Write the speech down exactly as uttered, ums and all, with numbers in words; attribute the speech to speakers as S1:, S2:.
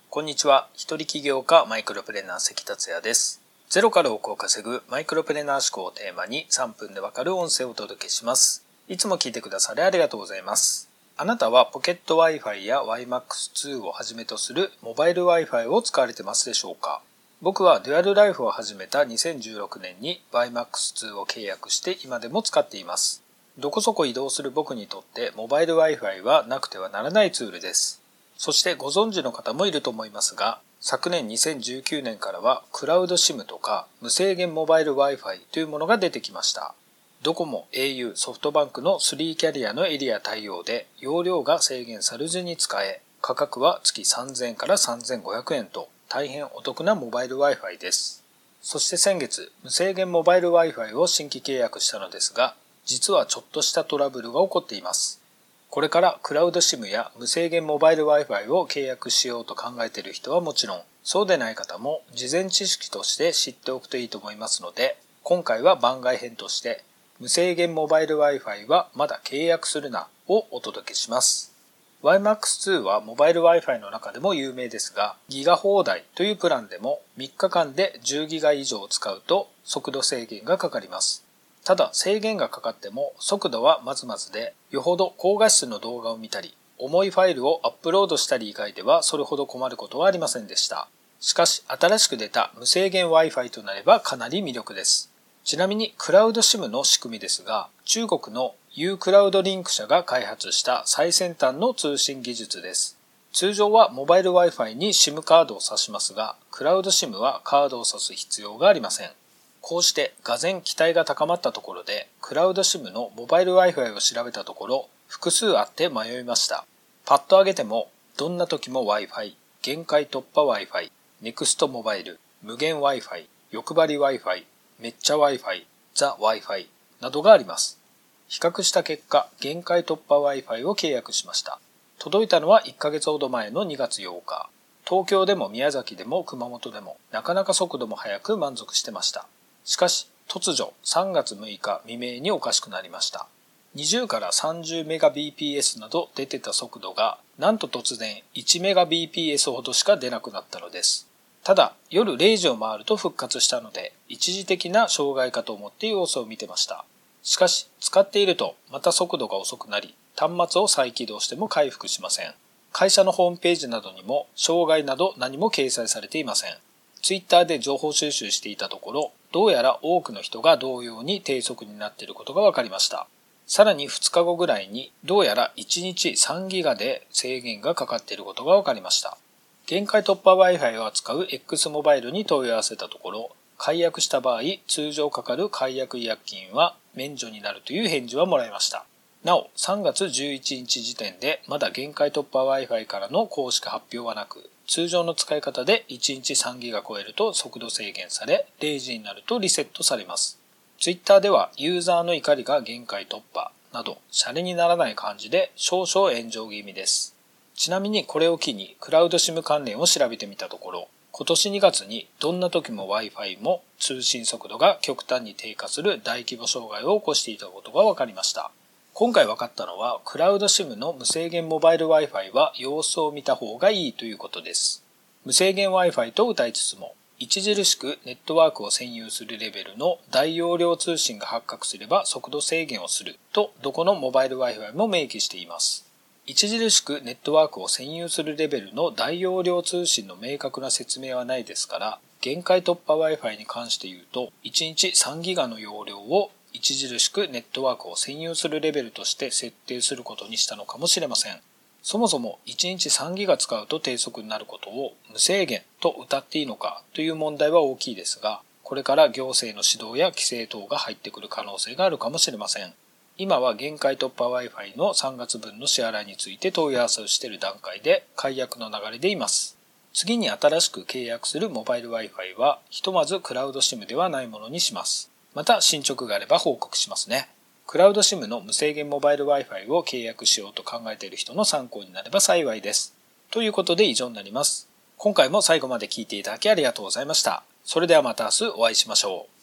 S1: こんにちは。一人起業家マイクロプレーナー関達也です。ゼロから億を稼ぐマイクロプレーナー思考をテーマにさんぷんでわかる音声をお届けします。いつも聞いてくださりありがとうございます。あなたはポケット Wi-Fi や ワイマックスツー をはじめとするモバイル Wi-Fi を使われてますでしょうか？僕はデュアルライフを始めたにせんじゅうろくねんに ワイマックスツー を契約して今でも使っています。どこそこ移動する僕にとってモバイル Wi-Fi はなくてはならないツールです。そしてご存知の方もいると思いますが、昨年にせんじゅうきゅうねんからはクラウド シム とか無制限モバイル Wi-Fi というものが出てきました。ドコモ、エーユー、ソフトバンクのスリーキャリアのエリア対応で容量が制限されずに使え、価格は月さんぜんえんからさんぜんごひゃくえんと大変お得なモバイル Wi-Fi です。そして先月、無制限モバイル Wi-Fi を新規契約したのですが、実はちょっとしたトラブルが起こっています。これからクラウド シム や無制限モバイル Wi-Fi を契約しようと考えている人はもちろん、そうでない方も事前知識として知っておくといいと思いますので、今回は番外編として無制限モバイル Wi-Fi はまだ契約するなをお届けします。ワイマックスツー はモバイル Wi-Fi の中でも有名ですが、ギガ放題というプランでもみっかかんでじゅうギガ以上使うと速度制限がかかります。ただ制限がかかっても速度はまずまずで、よほど高画質の動画を見たり、重いファイルをアップロードしたり以外ではそれほど困ることはありませんでした。しかし新しく出た無制限 Wi-Fi となればかなり魅力です。ちなみにクラウド シム の仕組みですが、中国の ユークラウドリンク社が開発した最先端の通信技術です。通常はモバイル Wi-Fi に シム カードを挿しますが、クラウド シム はカードを挿す必要がありません。こうして俄然期待が高まったところで、クラウド シム のモバイル Wi-Fi を調べたところ、複数あって迷いました。パッと上げても、どんな時も Wi-Fi、限界突破 Wi-Fi、ネクストモバイル、無限 Wi-Fi、欲張り Wi-Fi、めっちゃ Wi-Fi、ザ Wi-Fi などがあります。比較した結果、限界突破 Wi-Fi を契約しました。届いたのはいっかげつほど前のにがつようか。東京でも宮崎でも熊本でもなかなか速度も速く満足してました。しかし突如さんがつむいか未明におかしくなりました。にじゅうからさんじゅうメガビーピーエス など出てた速度がなんと突然いちメガビーピーエス ほどしか出なくなったのです。ただ夜れいじを回ると復活したので一時的な障害かと思って様子を見てました。しかし使っているとまた速度が遅くなり、端末を再起動しても回復しません。会社のホームページなどにも障害など何も掲載されていません。ツイッターで情報収集していたところ、どうやら多くの人が同様に低速になっていることが分かりました。さらにふつかごぐらいに、どうやらいちにちさんギガで制限がかかっていることが分かりました。限界突破 Wi-Fi を扱う X モバイルに問い合わせたところ、解約した場合、通常かかる解約違約金は免除になるという返事はもらいました。なお、さんがつじゅういちにち時点でまだ限界突破 Wi-Fi からの公式発表はなく、通常の使い方でいちにちさんギガ超えると速度制限され、れいじになるとリセットされます。Twitter ではユーザーの怒りが限界突破など、シャレにならない感じで少々炎上気味です。ちなみにこれを機にクラウド シム 関連を調べてみたところ、今年にがつにどんな時も Wi-Fi も通信速度が極端に低下する大規模障害を起こしていたことが分かりました。今回分かったのは、クラウド シム の無制限モバイル Wi-Fi は様子を見た方がいいということです。無制限 Wi-Fi と謳いつつも、著しくネットワークを占有するレベルの大容量通信が発覚すれば速度制限をすると、どこのモバイル Wi-Fi も明記しています。著しくネットワークを占有するレベルの大容量通信の明確な説明はないですから、限界突破 Wi-Fi に関して言うと、いちにちさんギガの容量を著しくネットワークを占有するレベルとして設定することにしたのかもしれません。そもそもいちにちさんギガ使うと低速になることを無制限と謳っていいのかという問題は大きいですが、これから行政の指導や規制等が入ってくる可能性があるかもしれません。今は限界突破 Wi-Fi のさんがつぶんの支払いについて問い合わせをしている段階で解約の流れでいます。次に新しく契約するモバイル Wi-Fi はひとまずクラウド シム ではないものにします。また進捗があれば報告しますね。クラウド シム の無制限モバイル Wi-Fi を契約しようと考えている人の参考になれば幸いです。ということで以上になります。今回も最後まで聞いていただきありがとうございました。それではまた明日お会いしましょう。